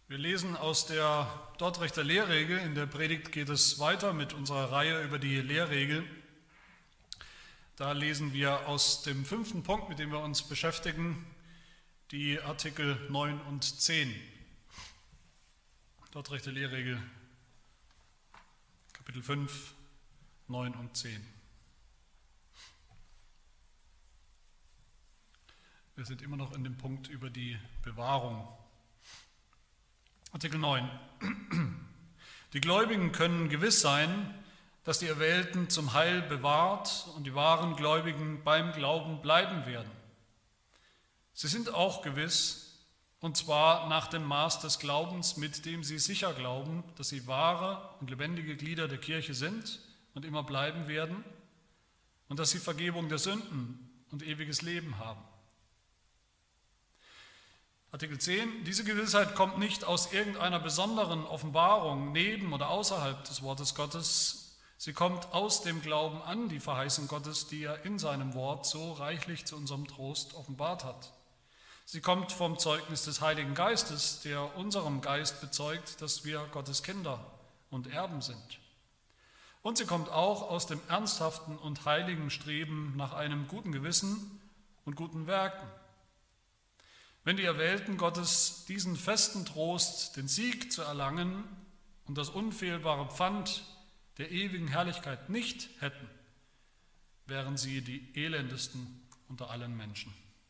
Wir lesen aus der Dordrechter Lehrregel. In der Predigt geht es weiter mit unserer Reihe über die Lehrregel. Da lesen wir aus dem 5. Punkt, mit dem wir uns beschäftigen, die Artikel 9 und 10. Dordrechter Lehrregel, Kapitel 5, 9 und 10. Wir sind immer noch in dem Punkt über die Bewahrung. Artikel 9. Die Gläubigen können gewiss sein, dass die Erwählten zum Heil bewahrt und die wahren Gläubigen beim Glauben bleiben werden. Sie sind auch gewiss, und zwar nach dem Maß des Glaubens, mit dem sie sicher glauben, dass sie wahre und lebendige Glieder der Kirche sind und immer bleiben werden und dass sie Vergebung der Sünden und ewiges Leben haben. Artikel 10. Diese Gewissheit kommt nicht aus irgendeiner besonderen Offenbarung neben oder außerhalb des Wortes Gottes. Sie kommt aus dem Glauben an die Verheißung Gottes, die er in seinem Wort so reichlich zu unserem Trost offenbart hat. Sie kommt vom Zeugnis des Heiligen Geistes, der unserem Geist bezeugt, dass wir Gottes Kinder und Erben sind. Und sie kommt auch aus dem ernsthaften und heiligen Streben nach einem guten Gewissen und guten Werken. Wenn die Erwählten Gottes diesen festen Trost, den Sieg zu erlangen und das unfehlbare Pfand der ewigen Herrlichkeit nicht hätten, wären sie die elendesten unter allen Menschen.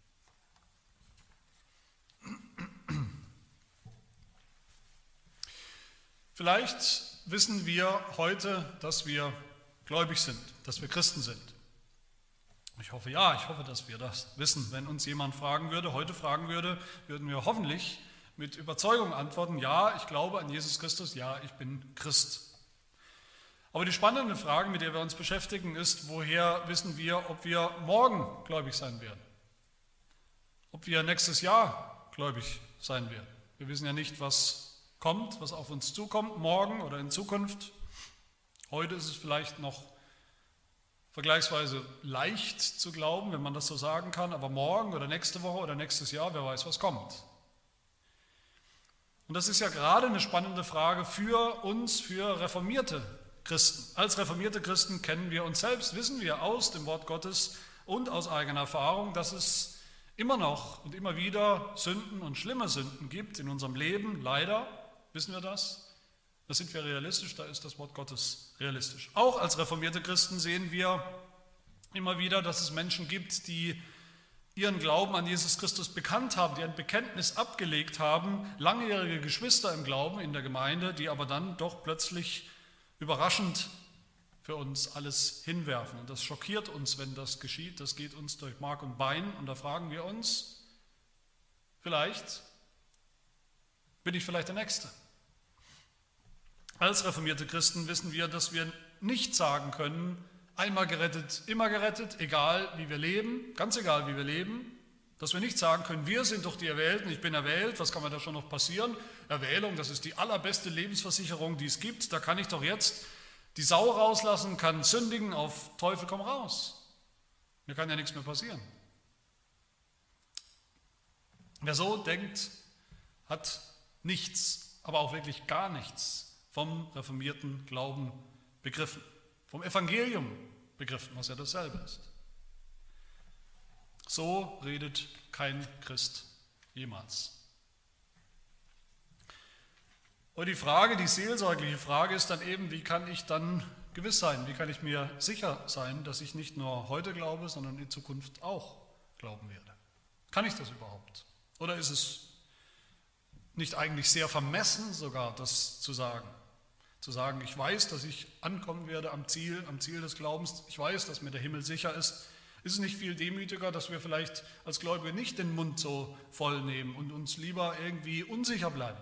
Vielleicht wissen wir heute, dass wir gläubig sind, dass wir Christen sind. Ich hoffe, dass wir das wissen. Wenn uns jemand heute fragen würde, würden wir hoffentlich mit Überzeugung antworten, ja, ich glaube an Jesus Christus, ja, ich bin Christ. Aber die spannende Frage, mit der wir uns beschäftigen, ist, woher wissen wir, ob wir morgen gläubig sein werden? Ob wir nächstes Jahr gläubig sein werden? Wir wissen ja nicht, was kommt, was auf uns zukommt, morgen oder in Zukunft. Heute ist es vielleicht noch vergleichsweise leicht zu glauben, wenn man das so sagen kann, aber morgen oder nächste Woche oder nächstes Jahr, wer weiß, was kommt. Und das ist ja gerade eine spannende Frage für uns, für reformierte Christen. Als reformierte Christen kennen wir uns selbst, wissen wir aus dem Wort Gottes und aus eigener Erfahrung, dass es immer noch und immer wieder Sünden und schlimme Sünden gibt in unserem Leben. Leider wissen wir das. Da sind wir realistisch, da ist das Wort Gottes realistisch. Auch als reformierte Christen sehen wir immer wieder, dass es Menschen gibt, die ihren Glauben an Jesus Christus bekannt haben, die ein Bekenntnis abgelegt haben, langjährige Geschwister im Glauben in der Gemeinde, die aber dann doch plötzlich überraschend für uns alles hinwerfen. Und das schockiert uns, wenn das geschieht. Das geht uns durch Mark und Bein. Und da fragen wir uns, bin ich vielleicht der Nächste? Als reformierte Christen wissen wir, dass wir nicht sagen können, einmal gerettet, immer gerettet, egal wie wir leben, ganz egal wie wir leben, dass wir nicht sagen können, wir sind doch die Erwählten, ich bin erwählt, was kann mir da schon noch passieren? Erwählung, das ist die allerbeste Lebensversicherung, die es gibt, da kann ich doch jetzt die Sau rauslassen, kann sündigen, auf Teufel komm raus. Mir kann ja nichts mehr passieren. Wer so denkt, hat nichts, aber auch wirklich gar nichts vom reformierten Glauben begriffen, vom Evangelium begriffen, was ja dasselbe ist. So redet kein Christ jemals. Und die seelsorgliche Frage ist dann eben, wie kann ich dann gewiss sein, wie kann ich mir sicher sein, dass ich nicht nur heute glaube, sondern in Zukunft auch glauben werde? Kann ich das überhaupt? Oder ist es nicht eigentlich sehr vermessen sogar, das zu sagen? Zu sagen, ich weiß, dass ich ankommen werde am Ziel des Glaubens, ich weiß, dass mir der Himmel sicher ist. Ist es nicht viel demütiger, dass wir vielleicht als Gläubige nicht den Mund so voll nehmen und uns lieber irgendwie unsicher bleiben?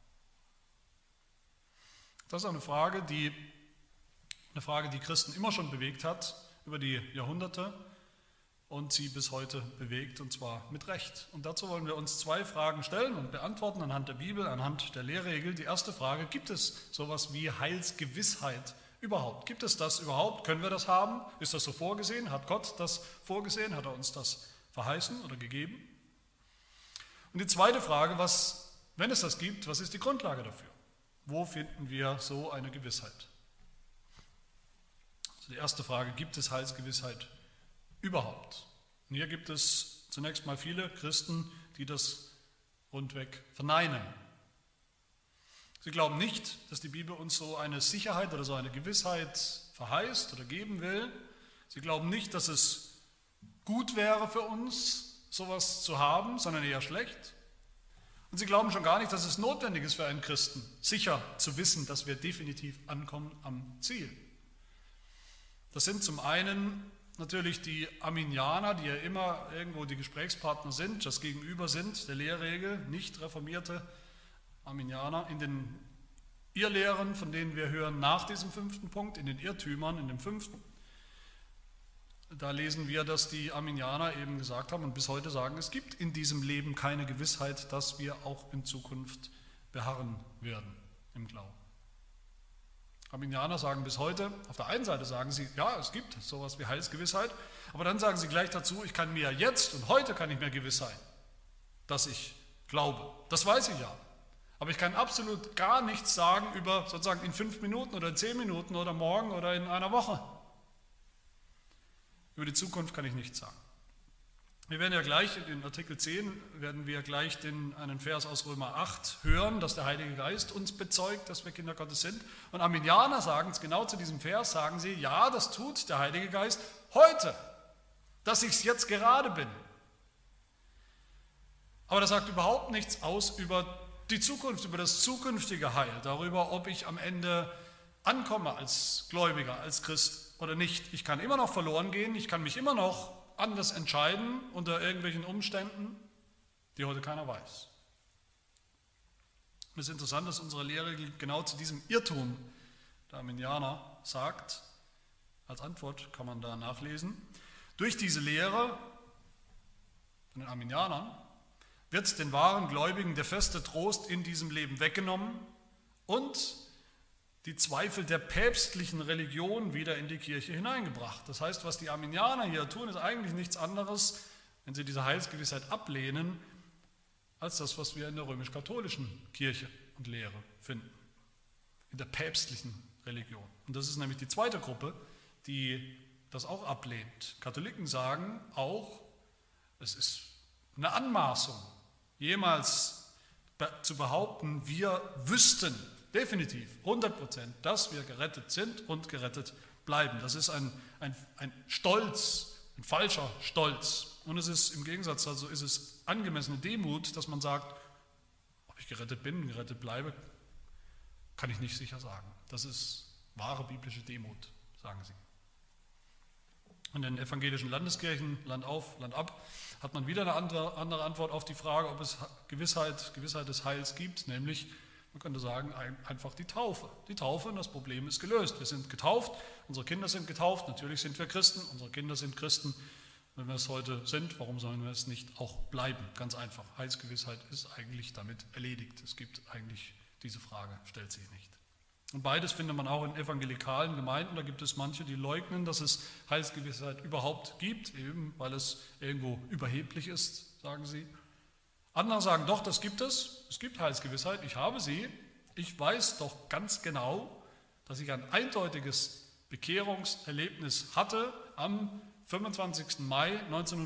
Das ist eine Frage, die Christen immer schon bewegt hat, über die Jahrhunderte und sie bis heute bewegt, und zwar mit Recht. Und dazu wollen wir uns 2 Fragen stellen und beantworten anhand der Bibel, anhand der Lehrregel. Die erste Frage, gibt es sowas wie Heilsgewissheit überhaupt? Gibt es das überhaupt? Können wir das haben? Ist das so vorgesehen? Hat Gott das vorgesehen? Hat er uns das verheißen oder gegeben? Und die zweite Frage, was Wenn es das gibt, was ist die Grundlage dafür? Wo finden wir so eine Gewissheit? Also die erste Frage, gibt es Heilsgewissheit überhaupt? Und hier gibt es zunächst mal viele Christen, die das rundweg verneinen. Sie glauben nicht, dass die Bibel uns so eine Sicherheit oder so eine Gewissheit verheißt oder geben will. Sie glauben nicht, dass es gut wäre für uns, sowas zu haben, sondern eher schlecht. Und sie glauben schon gar nicht, dass es notwendig ist für einen Christen, sicher zu wissen, dass wir definitiv ankommen am Ziel. Das sind zum einen natürlich die Arminianer, die ja immer irgendwo die Gesprächspartner sind, das Gegenüber sind der Lehrregel, nicht reformierte Arminianer. In den Irrlehren, von denen wir hören nach diesem 5. Punkt, in den Irrtümern, in dem 5., da lesen wir, dass die Arminianer eben gesagt haben und bis heute sagen, es gibt in diesem Leben keine Gewissheit, dass wir auch in Zukunft beharren werden im Glauben. Arminianer sagen bis heute, auf der einen Seite sagen sie, ja, es gibt sowas wie Heilsgewissheit, aber dann sagen sie gleich dazu, ich kann mir jetzt und heute kann ich mir gewiss sein, dass ich glaube. Das weiß ich ja. Aber ich kann absolut gar nichts sagen über sozusagen in 5 Minuten oder in 10 Minuten oder morgen oder in einer Woche. Über die Zukunft kann ich nichts sagen. Wir werden ja gleich in Artikel 10, werden wir gleich einen Vers aus Römer 8 hören, dass der Heilige Geist uns bezeugt, dass wir Kinder Gottes sind. Und Arminianer sagen es genau zu diesem Vers, sagen sie, ja, das tut der Heilige Geist heute, dass ich es jetzt gerade bin. Aber das sagt überhaupt nichts aus über die Zukunft, über das zukünftige Heil, darüber, ob ich am Ende ankomme als Gläubiger, als Christ oder nicht. Ich kann immer noch verloren gehen, ich kann mich immer noch anders entscheiden unter irgendwelchen Umständen, die heute keiner weiß. Und es ist interessant, dass unsere Lehre genau zu diesem Irrtum der Arminianer sagt, als Antwort kann man da nachlesen, durch diese Lehre von den Arminianern wird den wahren Gläubigen der feste Trost in diesem Leben weggenommen und die Zweifel der päpstlichen Religion wieder in die Kirche hineingebracht. Das heißt, was die Arminianer hier tun, ist eigentlich nichts anderes, wenn sie diese Heilsgewissheit ablehnen, als das, was wir in der römisch-katholischen Kirche und Lehre finden, in der päpstlichen Religion. Und das ist nämlich die zweite Gruppe, die das auch ablehnt. Katholiken sagen auch, es ist eine Anmaßung, jemals zu behaupten, wir wüssten definitiv, 100%, dass wir gerettet sind und gerettet bleiben. Das ist ein Stolz, ein falscher Stolz. Und es ist im Gegensatz dazu, ist es angemessene Demut, dass man sagt, ob ich gerettet bin, gerettet bleibe, kann ich nicht sicher sagen. Das ist wahre biblische Demut, sagen sie. In den evangelischen Landeskirchen, Land auf, Land ab, hat man wieder eine andere Antwort auf die Frage, ob es Gewissheit des Heils gibt, nämlich, man könnte sagen, einfach die Taufe. Die Taufe und das Problem ist gelöst. Wir sind getauft, unsere Kinder sind getauft, natürlich sind wir Christen, unsere Kinder sind Christen. Wenn wir es heute sind, warum sollen wir es nicht auch bleiben? Ganz einfach. Heilsgewissheit ist eigentlich damit erledigt. Es gibt eigentlich, diese Frage stellt sich nicht. Und beides findet man auch in evangelikalen Gemeinden. Da gibt es manche, die leugnen, dass es Heilsgewissheit überhaupt gibt, eben weil es irgendwo überheblich ist, sagen sie. Andere sagen, doch, das gibt es. Es gibt Heilsgewissheit, ich habe sie. Ich weiß doch ganz genau, dass ich ein eindeutiges Bekehrungserlebnis hatte am 25. Mai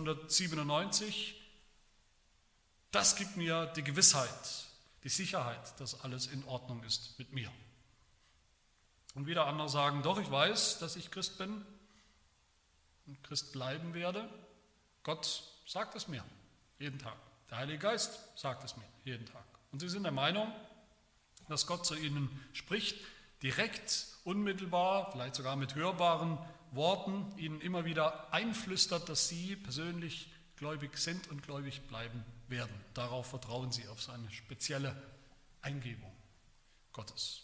1997. Das gibt mir die Gewissheit, die Sicherheit, dass alles in Ordnung ist mit mir. Und wieder andere sagen, doch, ich weiß, dass ich Christ bin und Christ bleiben werde. Gott sagt es mir jeden Tag. Der Heilige Geist sagt es mir jeden Tag. Und sie sind der Meinung, dass Gott zu ihnen spricht, direkt, unmittelbar, vielleicht sogar mit hörbaren Worten, ihnen immer wieder einflüstert, dass sie persönlich gläubig sind und gläubig bleiben werden. Darauf vertrauen sie, auf seine spezielle Eingebung Gottes.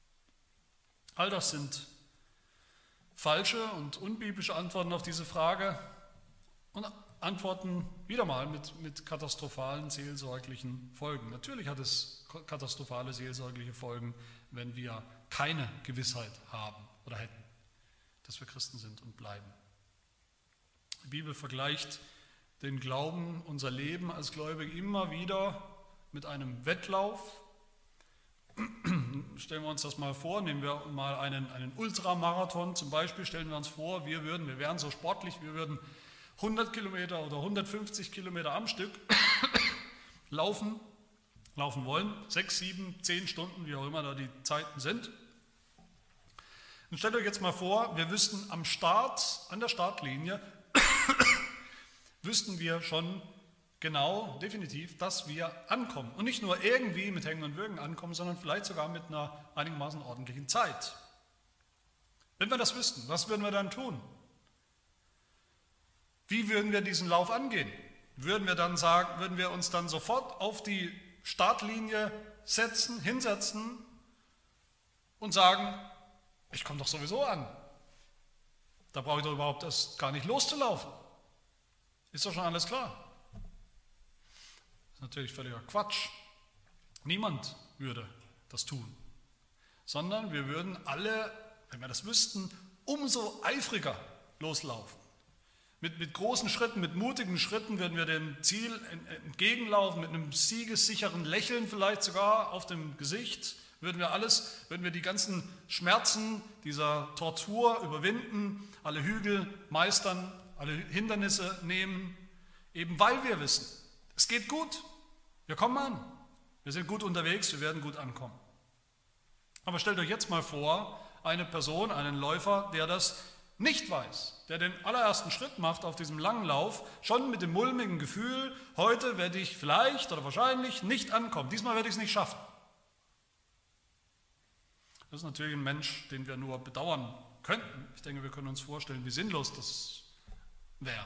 All das sind falsche und unbiblische Antworten auf diese Frage und Antworten wieder mal mit katastrophalen seelsorglichen Folgen. Natürlich hat es katastrophale seelsorgliche Folgen, wenn wir keine Gewissheit haben oder hätten, dass wir Christen sind und bleiben. Die Bibel vergleicht den Glauben, unser Leben als Gläubige immer wieder mit einem Wettlauf. Stellen wir uns das mal vor, nehmen wir mal einen Ultramarathon zum Beispiel, stellen wir uns vor, wir wären so sportlich, wir würden 100 Kilometer oder 150 Kilometer am Stück laufen wollen, 6, 7, 10 Stunden, wie auch immer da die Zeiten sind. Und stellt euch jetzt mal vor, wir wüssten an der Startlinie, wüssten wir schon genau, definitiv, dass wir ankommen. Und nicht nur irgendwie mit Hängen und Würgen ankommen, sondern vielleicht sogar mit einer einigermaßen ordentlichen Zeit. Wenn wir das wüssten, was würden wir dann tun? Wie würden wir diesen Lauf angehen? Würden wir uns dann sofort auf die Startlinie hinsetzen und sagen, ich komme doch sowieso an. Da brauche ich doch überhaupt erst gar nicht loszulaufen. Ist doch schon alles klar. Das ist natürlich völliger Quatsch. Niemand würde das tun. Sondern wir würden alle, wenn wir das wüssten, umso eifriger loslaufen. Mit großen Schritten, mit mutigen Schritten würden wir dem Ziel entgegenlaufen, mit einem siegessicheren Lächeln vielleicht sogar auf dem Gesicht, würden wir die ganzen Schmerzen dieser Tortur überwinden, alle Hügel meistern, alle Hindernisse nehmen, eben weil wir wissen, es geht gut, wir kommen an, wir sind gut unterwegs, wir werden gut ankommen. Aber stellt euch jetzt mal vor, eine Person, einen Läufer, der das nicht weiß, der den allerersten Schritt macht auf diesem langen Lauf, schon mit dem mulmigen Gefühl, heute werde ich vielleicht oder wahrscheinlich nicht ankommen, diesmal werde ich es nicht schaffen. Das ist natürlich ein Mensch, den wir nur bedauern könnten. Ich denke, wir können uns vorstellen, wie sinnlos das wäre.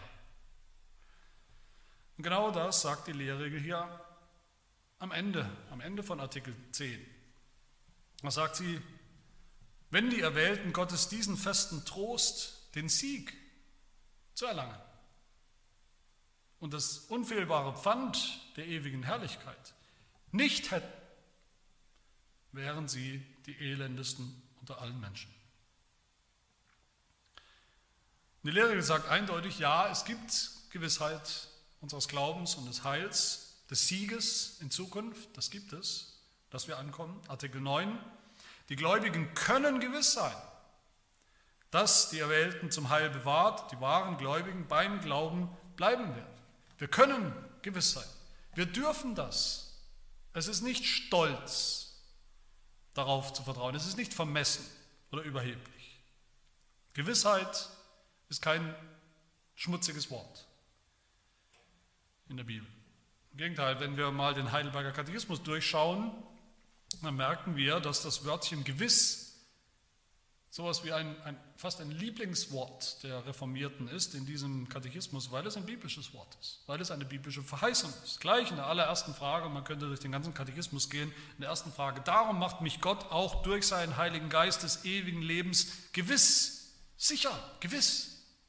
Und genau das sagt die Lehrregel hier am Ende von Artikel 10. Da sagt sie, wenn die Erwählten Gottes diesen festen Trost, den Sieg zu erlangen und das unfehlbare Pfand der ewigen Herrlichkeit nicht hätten, wären sie die elendesten unter allen Menschen. Die Lehrregel sagt eindeutig, ja, es gibt Gewissheit unseres Glaubens und des Heils, des Sieges in Zukunft, das gibt es, dass wir ankommen. Artikel 9, die Gläubigen können gewiss sein, dass die Erwählten zum Heil bewahrt, die wahren Gläubigen beim Glauben bleiben werden. Wir können gewiss sein, wir dürfen das. Es ist nicht Stolz, darauf zu vertrauen, es ist nicht vermessen oder überheblich. Gewissheit ist kein schmutziges Wort in der Bibel. Im Gegenteil, wenn wir mal den Heidelberger Katechismus durchschauen, dann merken wir, dass das Wörtchen gewiss sowas wie fast ein Lieblingswort der Reformierten ist in diesem Katechismus, weil es ein biblisches Wort ist, weil es eine biblische Verheißung ist. Gleich in der allerersten Frage, man könnte durch den ganzen Katechismus gehen, in der ersten Frage, darum macht mich Gott auch durch seinen Heiligen Geist des ewigen Lebens gewiss, sicher, gewiss.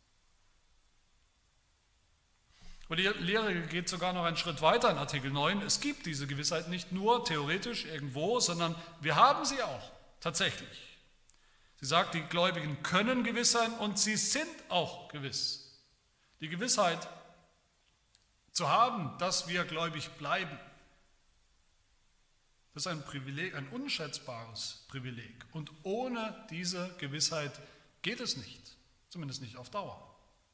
Und die Lehre geht sogar noch einen Schritt weiter in Artikel 9. Es gibt diese Gewissheit nicht nur theoretisch irgendwo, sondern wir haben sie auch tatsächlich. Sie sagt, die Gläubigen können gewiss sein und sie sind auch gewiss. Die Gewissheit zu haben, dass wir gläubig bleiben, das ist ein Privileg, ein unschätzbares Privileg. Und ohne diese Gewissheit geht es nicht, zumindest nicht auf Dauer.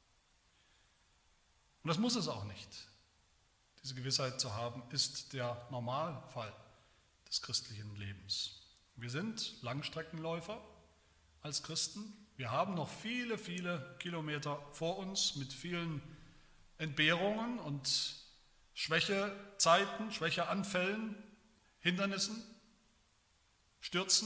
Und das muss es auch nicht. Diese Gewissheit zu haben, ist der Normalfall des christlichen Lebens. Wir sind Langstreckenläufer als Christen. Wir haben noch viele, viele Kilometer vor uns mit vielen Entbehrungen und Schwächezeiten, Schwächeanfällen, Hindernissen, Stürzen.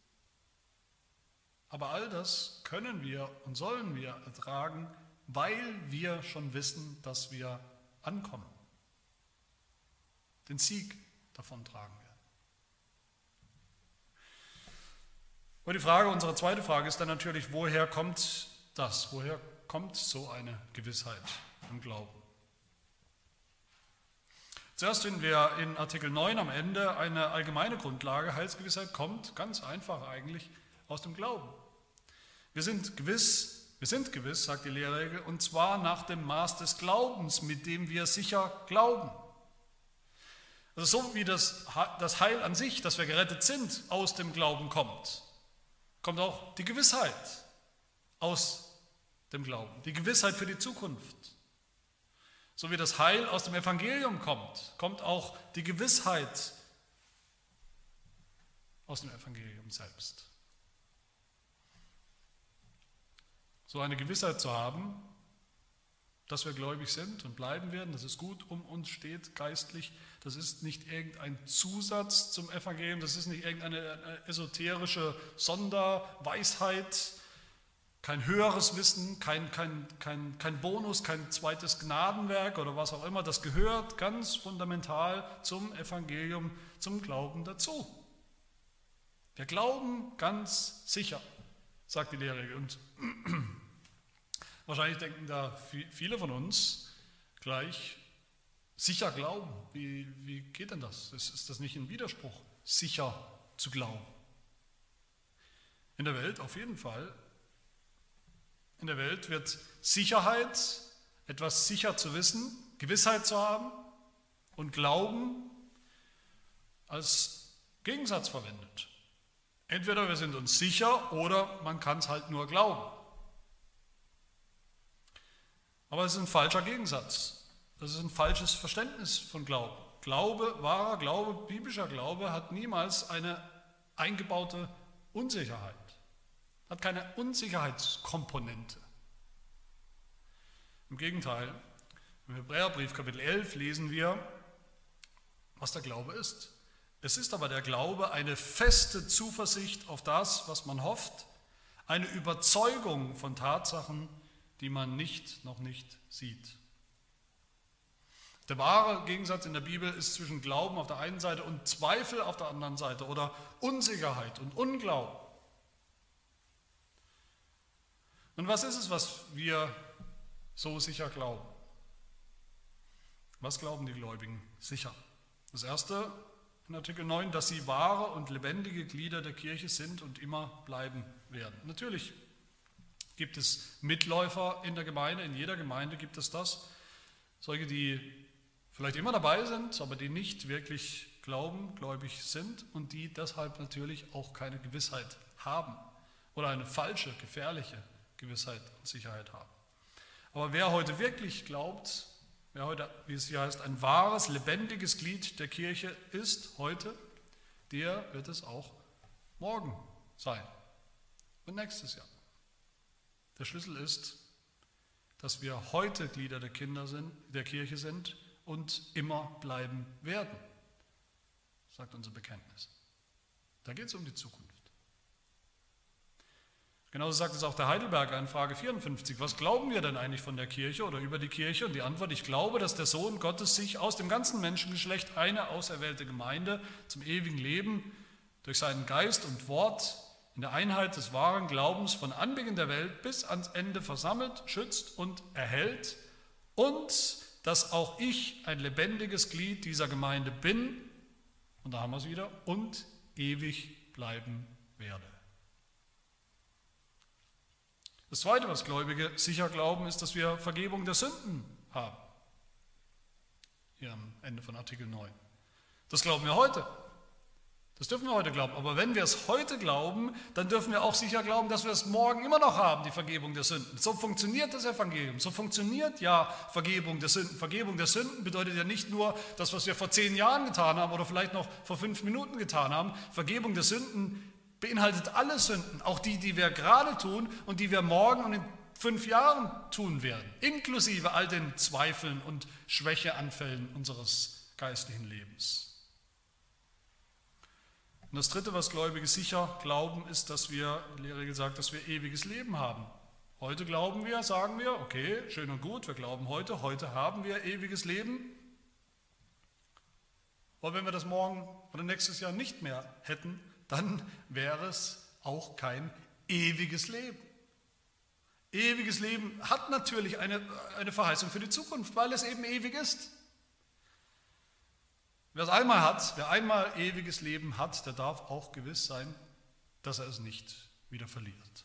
Aber all das können wir und sollen wir ertragen, weil wir schon wissen, dass wir ankommen, den Sieg davon tragen werden. Und unsere zweite Frage ist dann natürlich, woher kommt das? Woher kommt so eine Gewissheit im Glauben? Zuerst finden wir in Artikel 9 am Ende eine allgemeine Grundlage. Heilsgewissheit kommt ganz einfach eigentlich aus dem Glauben. Wir sind gewiss, sagt die Lehrregel, und zwar nach dem Maß des Glaubens, mit dem wir sicher glauben. Also so wie das Heil an sich, dass wir gerettet sind, aus dem Glauben kommt, kommt auch die Gewissheit aus dem Glauben, die Gewissheit für die Zukunft. So wie das Heil aus dem Evangelium kommt, kommt auch die Gewissheit aus dem Evangelium selbst. So eine Gewissheit zu haben, dass wir gläubig sind und bleiben werden, dass es gut um uns steht, geistlich, das ist nicht irgendein Zusatz zum Evangelium, das ist nicht irgendeine esoterische Sonderweisheit, kein höheres Wissen, kein Bonus, kein zweites Gnadenwerk oder was auch immer. Das gehört ganz fundamental zum Evangelium, zum Glauben dazu. Wir glauben ganz sicher, sagt die Lehre. Und wahrscheinlich denken da viele von uns gleich, sicher glauben. Wie geht denn das? Ist das nicht ein Widerspruch, sicher zu glauben? In der Welt auf jeden Fall. In der Welt wird Sicherheit, etwas sicher zu wissen, Gewissheit zu haben und Glauben als Gegensatz verwendet. Entweder wir sind uns sicher oder man kann es halt nur glauben. Aber es ist ein falscher Gegensatz. Das ist ein falsches Verständnis von Glauben. Glaube, wahrer Glaube, biblischer Glaube hat niemals eine eingebaute Unsicherheit. Hat keine Unsicherheitskomponente. Im Gegenteil, im Hebräerbrief Kapitel 11 lesen wir, was der Glaube ist. Es ist aber der Glaube eine feste Zuversicht auf das, was man hofft, eine Überzeugung von Tatsachen, die man noch nicht sieht. Der wahre Gegensatz in der Bibel ist zwischen Glauben auf der einen Seite und Zweifel auf der anderen Seite oder Unsicherheit und Unglauben. Und was ist es, was wir so sicher glauben? Was glauben die Gläubigen sicher? Das erste in Artikel 9, dass sie wahre und lebendige Glieder der Kirche sind und immer bleiben werden. Natürlich gibt es Mitläufer in der Gemeinde, in jeder Gemeinde gibt es das. Solche, die vielleicht immer dabei sind, aber die nicht wirklich gläubig sind und die deshalb natürlich auch keine Gewissheit haben oder eine falsche, gefährliche Gewissheit und Sicherheit haben. Aber wer heute wirklich glaubt, wer heute, wie es hier heißt, ein wahres, lebendiges Glied der Kirche ist, heute, der wird es auch morgen sein und nächstes Jahr. Der Schlüssel ist, dass wir heute Glieder der Kirche sind und immer bleiben werden, sagt unser Bekenntnis. Da geht es um die Zukunft. Genauso sagt es auch der Heidelberger in Frage 54. Was glauben wir denn eigentlich von der Kirche oder über die Kirche? Und die Antwort, ich glaube, dass der Sohn Gottes sich aus dem ganzen Menschengeschlecht eine auserwählte Gemeinde zum ewigen Leben durch seinen Geist und Wort in der Einheit des wahren Glaubens von Anbeginn der Welt bis ans Ende versammelt, schützt und erhält und dass auch ich ein lebendiges Glied dieser Gemeinde bin, und da haben wir es wieder, und ewig bleiben werde. Das Zweite, was Gläubige sicher glauben, ist, dass wir Vergebung der Sünden haben. Hier am Ende von Artikel 9. Das glauben wir heute. Das dürfen wir heute glauben. Aber wenn wir es heute glauben, dann dürfen wir auch sicher glauben, dass wir es morgen immer noch haben, die Vergebung der Sünden. So funktioniert das Evangelium. So funktioniert ja Vergebung der Sünden. Vergebung der Sünden bedeutet ja nicht nur das, was wir vor 10 Jahren getan haben oder vielleicht noch vor 5 Minuten getan haben. Vergebung der Sünden beinhaltet alle Sünden, auch die, die wir gerade tun und die wir morgen und in 5 Jahren tun werden, inklusive all den Zweifeln und Schwächeanfällen unseres geistlichen Lebens. Und das Dritte, was Gläubige sicher glauben, ist, dass wir, die Lehre sagt, dass wir ewiges Leben haben. Heute glauben wir, sagen wir, okay, schön und gut, wir glauben heute haben wir ewiges Leben. Aber wenn wir das morgen oder nächstes Jahr nicht mehr hätten, dann wäre es auch kein ewiges Leben. Ewiges Leben hat natürlich eine Verheißung für die Zukunft, weil es eben ewig ist. Wer es einmal hat, wer einmal ewiges Leben hat, der darf auch gewiss sein, dass er es nicht wieder verliert.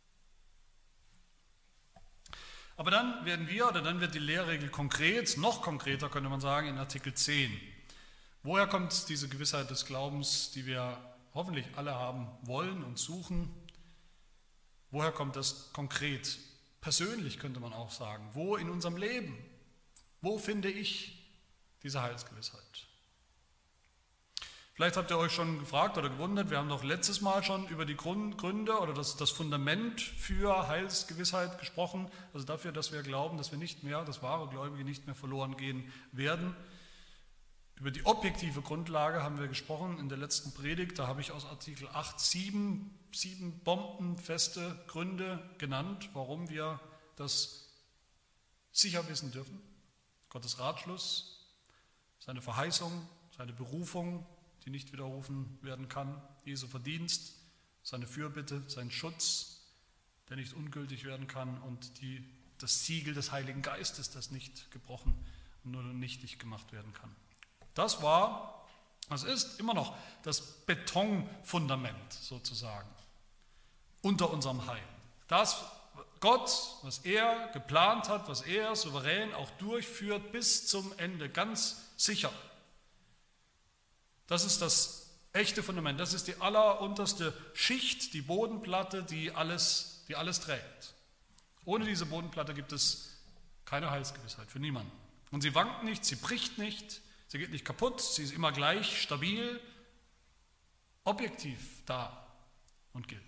Aber dann wird die Lehrregel konkret, noch konkreter könnte man sagen, in Artikel 10. Woher kommt diese Gewissheit des Glaubens, die wir hoffentlich alle haben wollen und suchen? Woher kommt das konkret? Persönlich könnte man auch sagen. Wo in unserem Leben? Wo finde ich diese Heilsgewissheit? Vielleicht habt ihr euch schon gefragt oder gewundert, wir haben doch letztes Mal schon über die Gründe oder das Fundament für Heilsgewissheit gesprochen, also dafür, dass wir glauben, dass wir nicht mehr, dass wahre Gläubige nicht mehr verloren gehen werden. Über die objektive Grundlage haben wir gesprochen in der letzten Predigt, da habe ich aus Artikel 8 sieben bombenfeste Gründe genannt, warum wir das sicher wissen dürfen. Gottes Ratschluss, seine Verheißung, seine Berufung, die nicht widerrufen werden kann, Jesu Verdienst, seine Fürbitte, sein Schutz, der nicht ungültig werden kann und das Siegel des Heiligen Geistes, das nicht gebrochen und nur nichtig gemacht werden kann. Das ist immer noch das Betonfundament sozusagen unter unserem Heil. Das Gott, was er geplant hat, was er souverän auch durchführt bis zum Ende, ganz sicher. Das ist das echte Fundament, das ist die allerunterste Schicht, die Bodenplatte, die alles trägt. Ohne diese Bodenplatte gibt es keine Heilsgewissheit für niemanden. Und sie wankt nicht, sie bricht nicht, sie geht nicht kaputt, sie ist immer gleich stabil, objektiv da und gilt.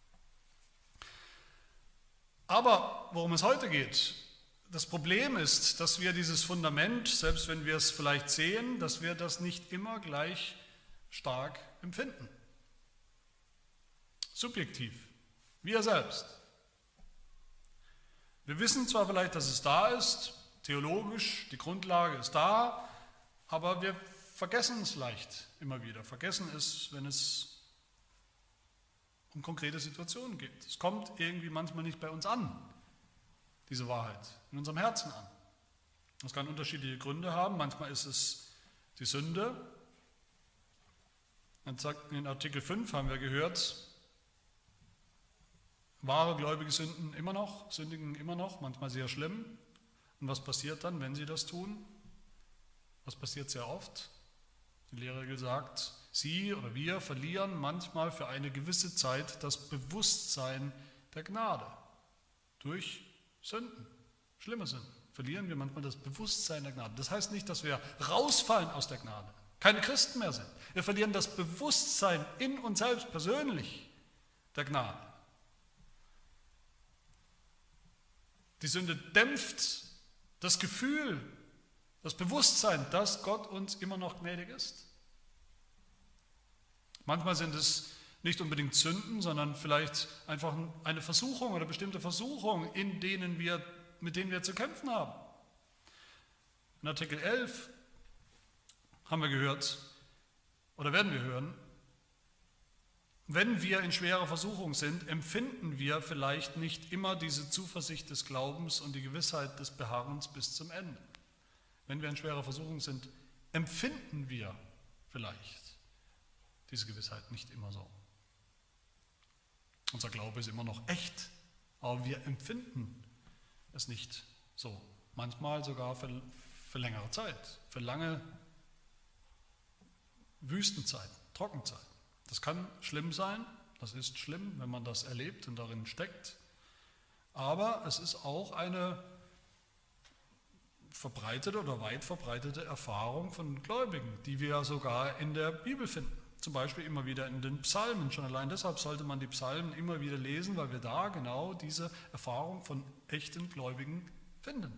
Aber worum es heute geht, das Problem ist, dass wir dieses Fundament, selbst wenn wir es vielleicht sehen, dass wir das nicht immer gleich stark empfinden. Subjektiv, wir selbst. Wir wissen zwar vielleicht, dass es da ist, theologisch, die Grundlage ist da, aber wir vergessen es leicht immer wieder, vergessen es, wenn es um konkrete Situationen geht. Es kommt irgendwie manchmal nicht bei uns an, diese Wahrheit, in unserem Herzen an. Das kann unterschiedliche Gründe haben. Manchmal ist es die Sünde. In Artikel 5 haben wir gehört, wahre Gläubige sündigen immer noch, manchmal sehr schlimm. Und was passiert dann, wenn sie das tun? Was passiert sehr oft? Die Lehrregel sagt, sie oder wir verlieren manchmal für eine gewisse Zeit das Bewusstsein der Gnade. Durch Sünden, schlimme Sünden, verlieren wir manchmal das Bewusstsein der Gnade. Das heißt nicht, dass wir rausfallen aus der Gnade, keine Christen mehr sind. Wir verlieren das Bewusstsein in uns selbst persönlich der Gnade. Die Sünde dämpft das Gefühl, das Bewusstsein, dass Gott uns immer noch gnädig ist. Manchmal sind es nicht unbedingt Sünden, sondern vielleicht einfach eine Versuchung oder bestimmte Versuchungen, mit denen wir zu kämpfen haben. In Artikel 11 haben wir gehört, oder werden wir hören, wenn wir in schwerer Versuchung sind, empfinden wir vielleicht nicht immer diese Zuversicht des Glaubens und die Gewissheit des Beharrens bis zum Ende. Wenn wir in schwerer Versuchung sind, empfinden wir vielleicht diese Gewissheit nicht immer so. Unser Glaube ist immer noch echt, aber wir empfinden es nicht so. Manchmal sogar für längere Zeit, für lange Wüstenzeiten, Trockenzeiten. Das kann schlimm sein, das ist schlimm, wenn man das erlebt und darin steckt. Aber es ist auch eine verbreitete oder weit verbreitete Erfahrung von Gläubigen, die wir sogar in der Bibel finden. Zum Beispiel immer wieder in den Psalmen. Schon allein deshalb sollte man die Psalmen immer wieder lesen, weil wir da genau diese Erfahrung von echten Gläubigen finden.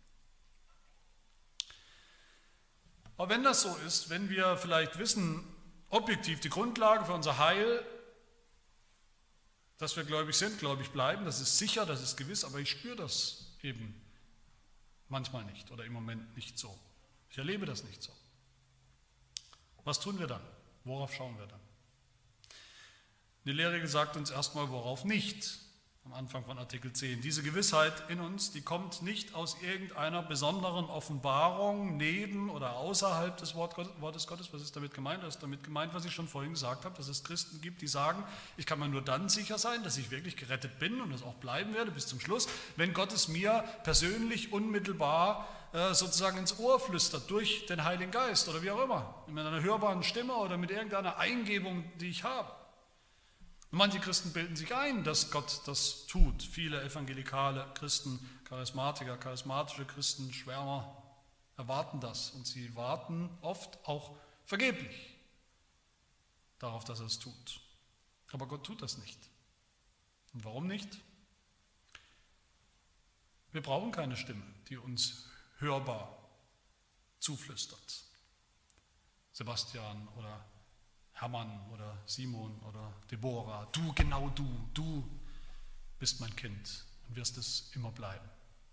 Aber wenn das so ist, wenn wir vielleicht wissen, objektiv die Grundlage für unser Heil, dass wir gläubig sind, gläubig bleiben, das ist sicher, das ist gewiss, aber ich spüre das eben manchmal nicht oder im Moment nicht so. Ich erlebe das nicht so. Was tun wir dann? Worauf schauen wir dann? Die Lehre sagt uns erstmal, worauf nicht. am Anfang von Artikel 10. Diese Gewissheit in uns, die kommt nicht aus irgendeiner besonderen Offenbarung neben oder außerhalb des Wortes Gottes. Was ist damit gemeint? Das ist damit gemeint, was ich schon vorhin gesagt habe, dass es Christen gibt, die sagen, ich kann mir nur dann sicher sein, dass ich wirklich gerettet bin und es auch bleiben werde bis zum Schluss, wenn Gott es mir persönlich, unmittelbar sozusagen ins Ohr flüstert, durch den Heiligen Geist oder wie auch immer, mit einer hörbaren Stimme oder mit irgendeiner Eingebung, die ich habe. Und manche Christen bilden sich ein, dass Gott das tut. Viele evangelikale Christen, Charismatiker, charismatische Christen, Schwärmer erwarten das. Und sie warten oft auch vergeblich darauf, dass er es tut. Aber Gott tut das nicht. Und warum nicht? Wir brauchen keine Stimme, die uns hörbar zuflüstert. Sebastian oder Hermann oder Simon oder Deborah, du, genau du bist mein Kind und wirst es immer bleiben.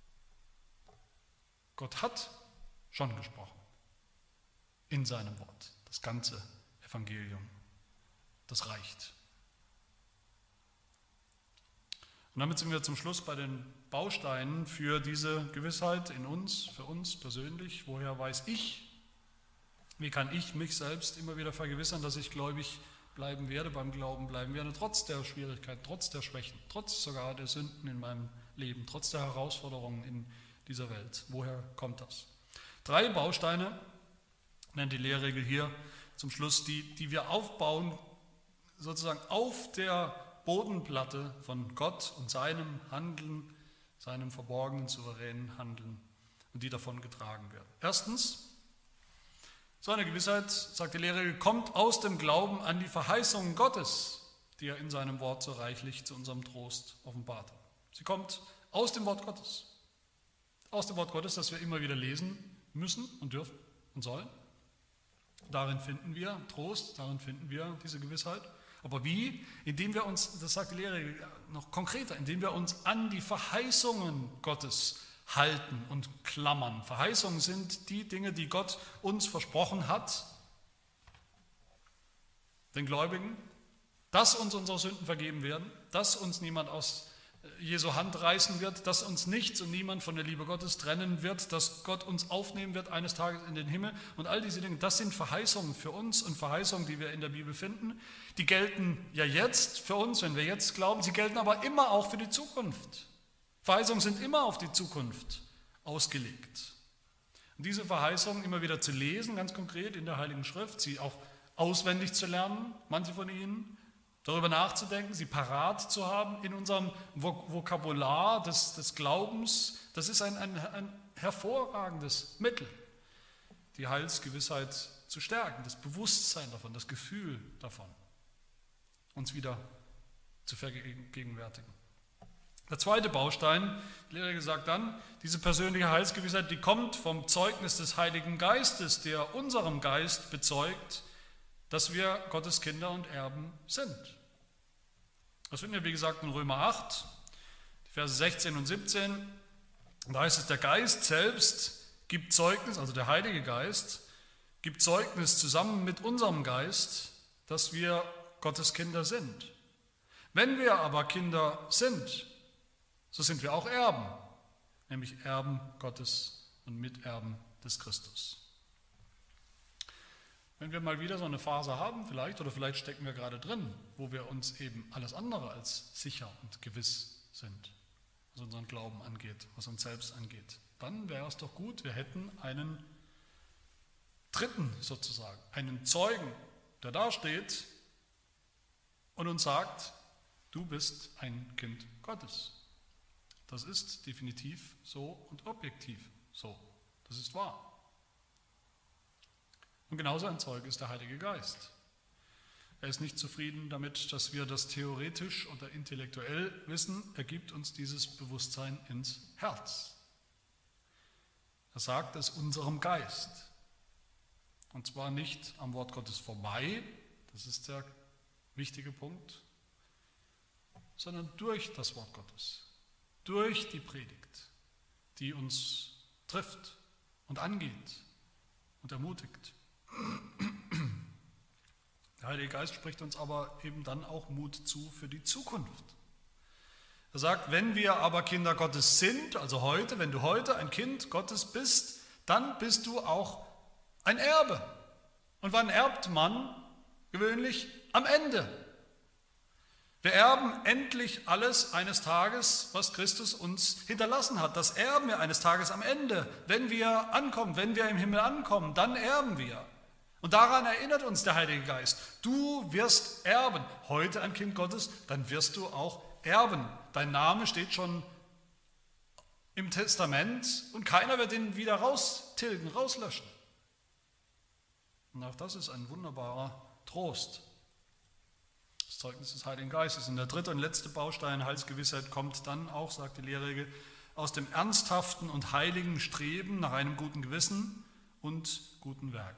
Gott hat schon gesprochen in seinem Wort, das ganze Evangelium, das reicht. Und damit sind wir zum Schluss bei den Bausteinen für diese Gewissheit in uns, für uns persönlich. Woher weiß ich? Wie kann ich mich selbst immer wieder vergewissern, dass ich gläubig bleiben werde, beim Glauben bleiben werde, trotz der Schwierigkeiten, trotz der Schwächen, trotz sogar der Sünden in meinem Leben, trotz der Herausforderungen in dieser Welt? Woher kommt das? 3 Bausteine nennt die Lehrregel hier zum Schluss, die wir aufbauen, sozusagen auf der Bodenplatte von Gott und seinem Handeln, seinem verborgenen, souveränen Handeln, und die davon getragen werden. Erstens, so eine Gewissheit, sagt die Lehre, kommt aus dem Glauben an die Verheißungen Gottes, die er in seinem Wort so reichlich zu unserem Trost offenbart hat. Sie kommt aus dem Wort Gottes. Aus dem Wort Gottes, das wir immer wieder lesen müssen und dürfen und sollen. Darin finden wir Trost, darin finden wir diese Gewissheit. Aber wie? Indem wir uns, das sagt die Lehre noch konkreter, indem wir uns an die Verheißungen Gottes halten und klammern. Verheißungen sind die Dinge, die Gott uns versprochen hat, den Gläubigen, dass uns unsere Sünden vergeben werden, dass uns niemand aus Jesu Hand reißen wird, dass uns nichts und niemand von der Liebe Gottes trennen wird, dass Gott uns aufnehmen wird eines Tages in den Himmel. Und all diese Dinge, das sind Verheißungen für uns und Verheißungen, die wir in der Bibel finden. Die gelten ja jetzt für uns, wenn wir jetzt glauben, sie gelten aber immer auch für die Zukunft. Verheißungen sind immer auf die Zukunft ausgelegt. Und diese Verheißungen immer wieder zu lesen, ganz konkret in der Heiligen Schrift, sie auch auswendig zu lernen, manche von ihnen, darüber nachzudenken, sie parat zu haben in unserem Vokabular des Glaubens, das ist ein hervorragendes Mittel, die Heilsgewissheit zu stärken, das Bewusstsein davon, das Gefühl davon, uns wieder zu vergegenwärtigen. Der zweite Baustein, die Lehre sagt dann, diese persönliche Heilsgewissheit, die kommt vom Zeugnis des Heiligen Geistes, der unserem Geist bezeugt, dass wir Gottes Kinder und Erben sind. Das finden wir, wie gesagt, in Römer 8, die Verse 16 und 17. Und da heißt es, der Geist selbst gibt Zeugnis, also der Heilige Geist, gibt Zeugnis zusammen mit unserem Geist, dass wir Gottes Kinder sind. Wenn wir aber Kinder sind, so sind wir auch Erben, nämlich Erben Gottes und Miterben des Christus. Wenn wir mal wieder so eine Phase haben, vielleicht stecken wir gerade drin, wo wir uns eben alles andere als sicher und gewiss sind, was unseren Glauben angeht, was uns selbst angeht, dann wäre es doch gut, wir hätten einen Dritten sozusagen, einen Zeugen, der da steht und uns sagt, du bist ein Kind Gottes. Das ist definitiv so und objektiv so. Das ist wahr. Und genauso ein Zeuge ist der Heilige Geist. Er ist nicht zufrieden damit, dass wir das theoretisch oder intellektuell wissen. Er gibt uns dieses Bewusstsein ins Herz. Er sagt es unserem Geist. Und zwar nicht am Wort Gottes vorbei, das ist der wichtige Punkt, sondern durch das Wort Gottes. Durch die Predigt, die uns trifft und angeht und ermutigt. Der Heilige Geist spricht uns aber eben dann auch Mut zu für die Zukunft. Er sagt, wenn wir aber Kinder Gottes sind, also heute, wenn du heute ein Kind Gottes bist, dann bist du auch ein Erbe. Und wann erbt man gewöhnlich? Am Ende. Wir erben endlich alles eines Tages, was Christus uns hinterlassen hat. Das erben wir eines Tages am Ende. Wenn wir ankommen, wenn wir im Himmel ankommen, dann erben wir. Und daran erinnert uns der Heilige Geist. Du wirst erben. Heute ein Kind Gottes, dann wirst du auch erben. Dein Name steht schon im Testament und keiner wird ihn wieder raustilgen, rauslöschen. Und auch das ist ein wunderbarer Trost. Das Zeugnis des Heiligen Geistes. Und der dritte und letzte Baustein, Heilsgewissheit, kommt dann auch, sagt die Lehrregel, aus dem ernsthaften und heiligen Streben nach einem guten Gewissen und guten Werken.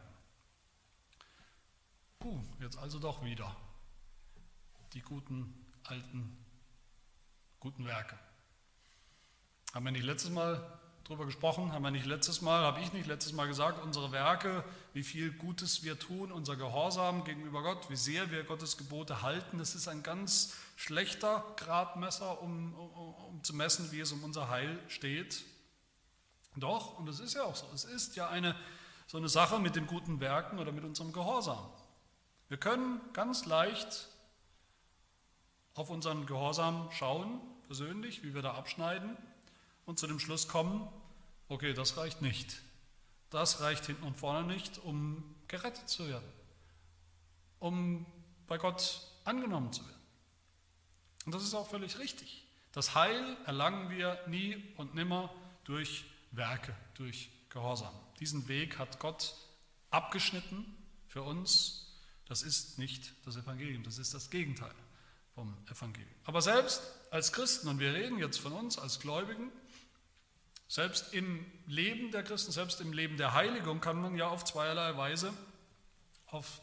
Jetzt also doch wieder die guten, alten, guten Werke. Haben wir nicht letztes Mal darüber gesprochen? Habe ich nicht letztes Mal gesagt, unsere Werke, wie viel Gutes wir tun, unser Gehorsam gegenüber Gott, wie sehr wir Gottes Gebote halten, das ist ein ganz schlechter Gradmesser, um zu messen, wie es um unser Heil steht. Doch, und das ist ja auch so, es ist ja so eine Sache mit den guten Werken oder mit unserem Gehorsam. Wir können ganz leicht auf unseren Gehorsam schauen, persönlich, wie wir da abschneiden und zu dem Schluss kommen, okay, das reicht nicht. Das reicht hinten und vorne nicht, um gerettet zu werden, um bei Gott angenommen zu werden. Und das ist auch völlig richtig. Das Heil erlangen wir nie und nimmer durch Werke, durch Gehorsam. Diesen Weg hat Gott abgeschnitten für uns. Das ist nicht das Evangelium, das ist das Gegenteil vom Evangelium. Aber selbst als Christen, und wir reden jetzt von uns als Gläubigen, selbst im Leben der Christen, selbst im Leben der Heiligung können wir auf zweierlei Weise auf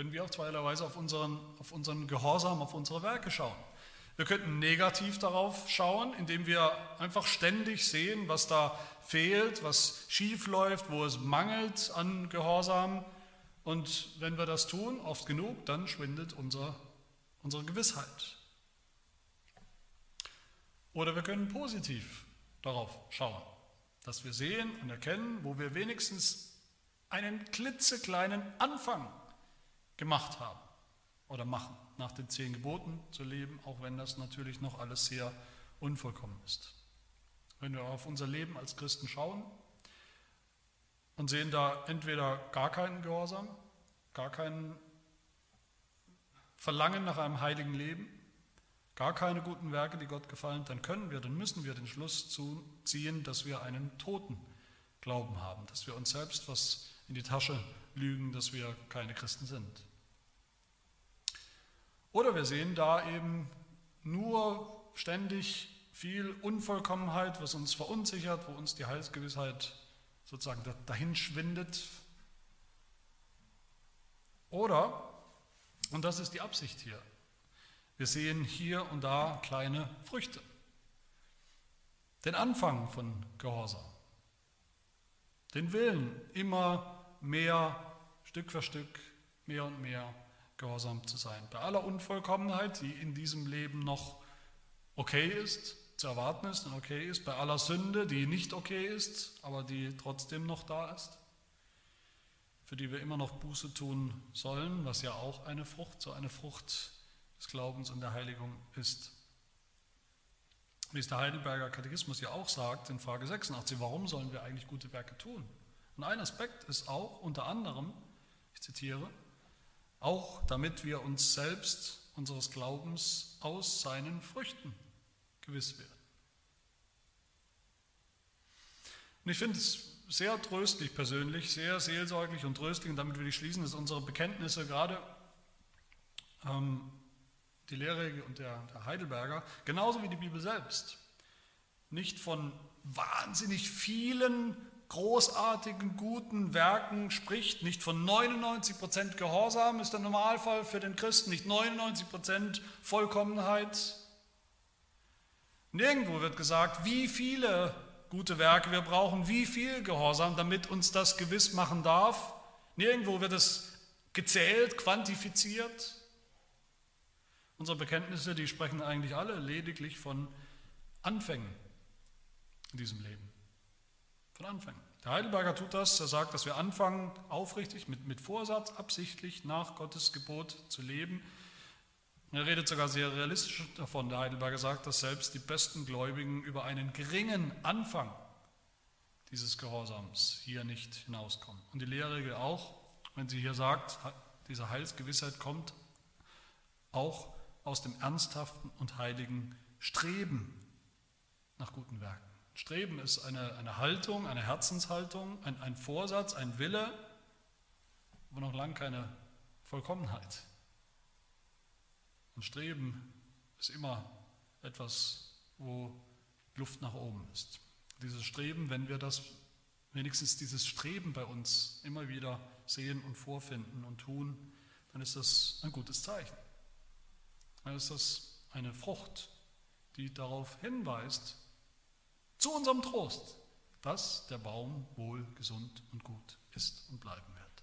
unseren Gehorsam, auf unsere Werke schauen. Wir könnten negativ darauf schauen, indem wir einfach ständig sehen, was da fehlt, was schief läuft, wo es mangelt an Gehorsam. Und wenn wir das tun, oft genug, dann schwindet unsere Gewissheit. Oder wir können positiv darauf schauen, dass wir sehen und erkennen, wo wir wenigstens einen klitzekleinen Anfang gemacht haben oder machen, nach den 10 Geboten zu leben, auch wenn das natürlich noch alles sehr unvollkommen ist. Wenn wir auf unser Leben als Christen schauen und sehen da entweder gar keinen Gehorsam, gar kein Verlangen nach einem heiligen Leben, gar keine guten Werke, die Gott gefallen, dann müssen wir den Schluss ziehen, dass wir einen toten Glauben haben, dass wir uns selbst was in die Tasche lügen, dass wir keine Christen sind. Oder wir sehen da eben nur ständig viel Unvollkommenheit, was uns verunsichert, wo uns die Heilsgewissheit sozusagen dahin schwindet. Oder, und das ist die Absicht hier, wir sehen hier und da kleine Früchte. Den Anfang von Gehorsam. Den Willen, immer mehr, Stück für Stück, mehr und mehr gehorsam zu sein. Bei aller Unvollkommenheit, die in diesem Leben noch okay ist, zu erwarten ist und okay ist, bei aller Sünde, die nicht okay ist, aber die trotzdem noch da ist, für die wir immer noch Buße tun sollen, was ja auch so eine Frucht des Glaubens und der Heiligung ist. Wie es der Heidelberger Katechismus ja auch sagt, in Frage 86, warum sollen wir eigentlich gute Werke tun? Und ein Aspekt ist auch unter anderem, ich zitiere, auch damit wir uns selbst unseres Glaubens aus seinen Früchten gewiss werden. Und ich finde es sehr tröstlich persönlich, sehr seelsorglich und tröstlich, und damit will ich schließen, dass unsere Bekenntnisse, gerade die Lehrregel und der Heidelberger, genauso wie die Bibel selbst, nicht von wahnsinnig vielen großartigen, guten Werken spricht, nicht von 99% Gehorsam ist der Normalfall für den Christen, nicht 99% Vollkommenheit. Nirgendwo wird gesagt, wie viele gute Werke wir brauchen, wie viel Gehorsam, damit uns das gewiss machen darf. Nirgendwo wird es gezählt, quantifiziert. Unsere Bekenntnisse, die sprechen eigentlich alle lediglich von Anfängen in diesem Leben. Von Anfängen. Der Heidelberger tut das, er sagt, dass wir anfangen, aufrichtig, mit Vorsatz, absichtlich nach Gottes Gebot zu leben. Er redet sogar sehr realistisch davon. Der Heidelberger sagt, dass selbst die besten Gläubigen über einen geringen Anfang dieses Gehorsams hier nicht hinauskommen. Und die Lehrregel auch, wenn sie hier sagt, diese Heilsgewissheit kommt auch aus dem ernsthaften und heiligen Streben nach guten Werken. Streben ist eine Haltung, eine Herzenshaltung, ein Vorsatz, ein Wille, aber noch lange keine Vollkommenheit. Und Streben ist immer etwas, wo Luft nach oben ist. Dieses Streben, wenn wir das, wenigstens dieses Streben bei uns immer wieder sehen und vorfinden und tun, dann ist das ein gutes Zeichen. Dann ist das eine Frucht, die darauf hinweist, zu unserem Trost, dass der Baum wohl gesund und gut ist und bleiben wird.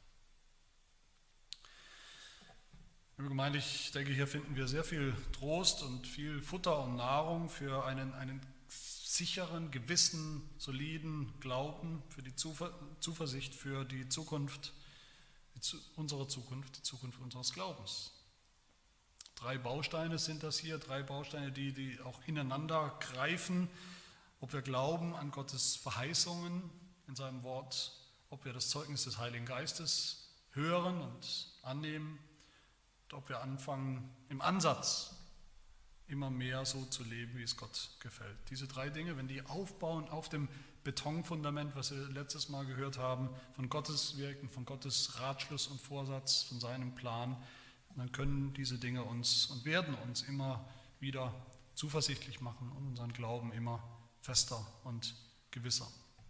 Liebe Gemeinde, ich denke, hier finden wir sehr viel Trost und viel Futter und Nahrung für einen sicheren, gewissen, soliden Glauben, für die Zuversicht, für die Zukunft, unsere Zukunft, die Zukunft unseres Glaubens. 3 Bausteine sind das hier, 3 Bausteine, die auch ineinander greifen, ob wir glauben an Gottes Verheißungen in seinem Wort, ob wir das Zeugnis des Heiligen Geistes hören und annehmen, und ob wir anfangen, im Ansatz immer mehr so zu leben, wie es Gott gefällt. Diese 3 Dinge, wenn die aufbauen auf dem Betonfundament, was wir letztes Mal gehört haben, von Gottes Wirken, von Gottes Ratschluss und Vorsatz, von seinem Plan, dann können diese Dinge uns und werden uns immer wieder zuversichtlich machen und unseren Glauben immer fester und gewisser.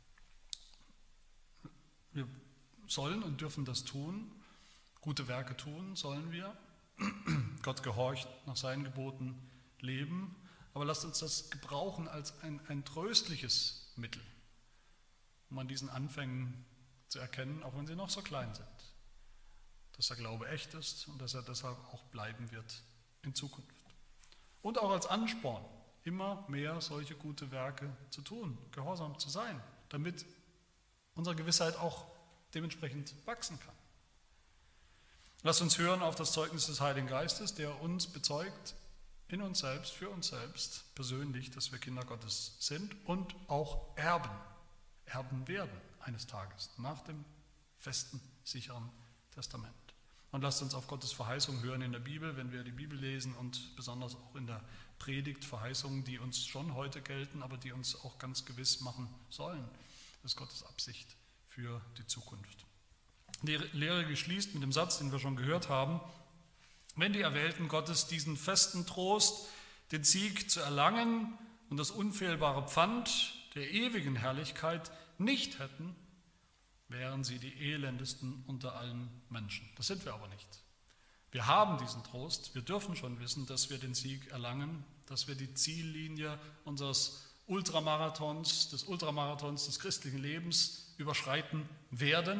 Wir sollen und dürfen das tun, gute Werke tun sollen wir, Gott gehorcht, nach seinen Geboten leben, aber lasst uns das gebrauchen als ein tröstliches Mittel, um an diesen Anfängen zu erkennen, auch wenn sie noch so klein sind, dass der Glaube echt ist und dass er deshalb auch bleiben wird in Zukunft. Und auch als Ansporn, immer mehr solche gute Werke zu tun, gehorsam zu sein, damit unsere Gewissheit auch dementsprechend wachsen kann. Lasst uns hören auf das Zeugnis des Heiligen Geistes, der uns bezeugt, in uns selbst, für uns selbst, persönlich, dass wir Kinder Gottes sind und auch Erben werden eines Tages, nach dem festen, sicheren Testament. Und lasst uns auf Gottes Verheißung hören in der Bibel, wenn wir die Bibel lesen und besonders auch in der Predigt Verheißungen, die uns schon heute gelten, aber die uns auch ganz gewiss machen sollen. Das ist Gottes Absicht für die Zukunft. Die Lehre geschließt mit dem Satz, den wir schon gehört haben: Wenn die Erwählten Gottes diesen festen Trost, den Sieg zu erlangen und das unfehlbare Pfand der ewigen Herrlichkeit nicht hätten, wären sie die elendesten unter allen Menschen. Das sind wir aber nicht. Wir haben diesen Trost, wir dürfen schon wissen, dass wir den Sieg erlangen, dass wir die Ziellinie unseres Ultramarathons des christlichen Lebens überschreiten werden.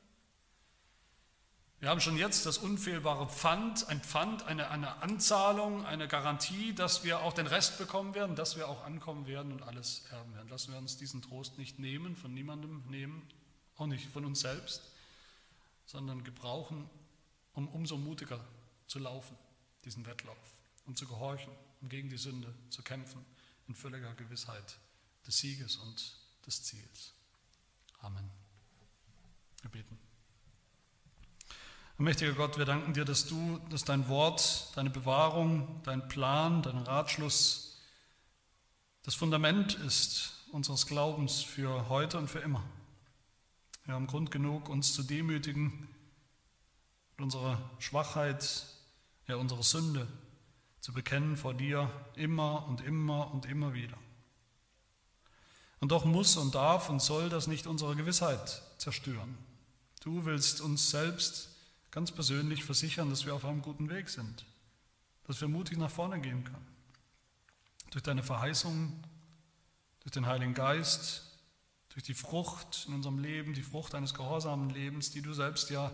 Wir haben schon jetzt das unfehlbare Pfand, eine Anzahlung, eine Garantie, dass wir auch den Rest bekommen werden, dass wir auch ankommen werden und alles erben werden. Lassen wir uns diesen Trost nicht nehmen, von niemandem nehmen, auch nicht von uns selbst, sondern gebrauchen, um umso mutiger zu laufen, diesen Wettlauf, um zu gehorchen, um gegen die Sünde zu kämpfen, in völliger Gewissheit des Sieges und des Ziels. Amen. Wir beten. Mächtiger Gott, wir danken dir, dass dein Wort, deine Bewahrung, dein Plan, dein Ratschluss das Fundament ist unseres Glaubens für heute und für immer. Wir haben Grund genug, uns zu demütigen und unsere Schwachheit, ja unsere Sünde zu bekennen vor dir immer und immer und immer wieder. Und doch muss und darf und soll das nicht unsere Gewissheit zerstören. Du willst uns selbst ganz persönlich versichern, dass wir auf einem guten Weg sind, dass wir mutig nach vorne gehen können. Durch deine Verheißungen, durch den Heiligen Geist, durch die Frucht in unserem Leben, die Frucht eines gehorsamen Lebens, die du selbst ja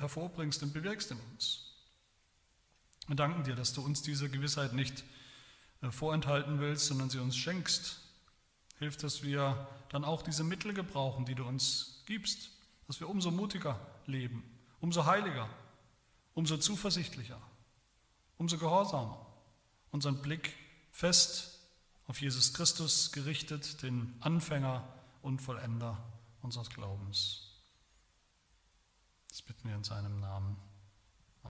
hervorbringst und bewirkst in uns. Wir danken dir, dass du uns diese Gewissheit nicht vorenthalten willst, sondern sie uns schenkst. Hilf, dass wir dann auch diese Mittel gebrauchen, die du uns gibst, dass wir umso mutiger leben, umso heiliger, umso zuversichtlicher, umso gehorsamer, unseren Blick fest auf Jesus Christus gerichtet, den Anfänger und Vollender unseres Glaubens. Das bitten wir in seinem Namen.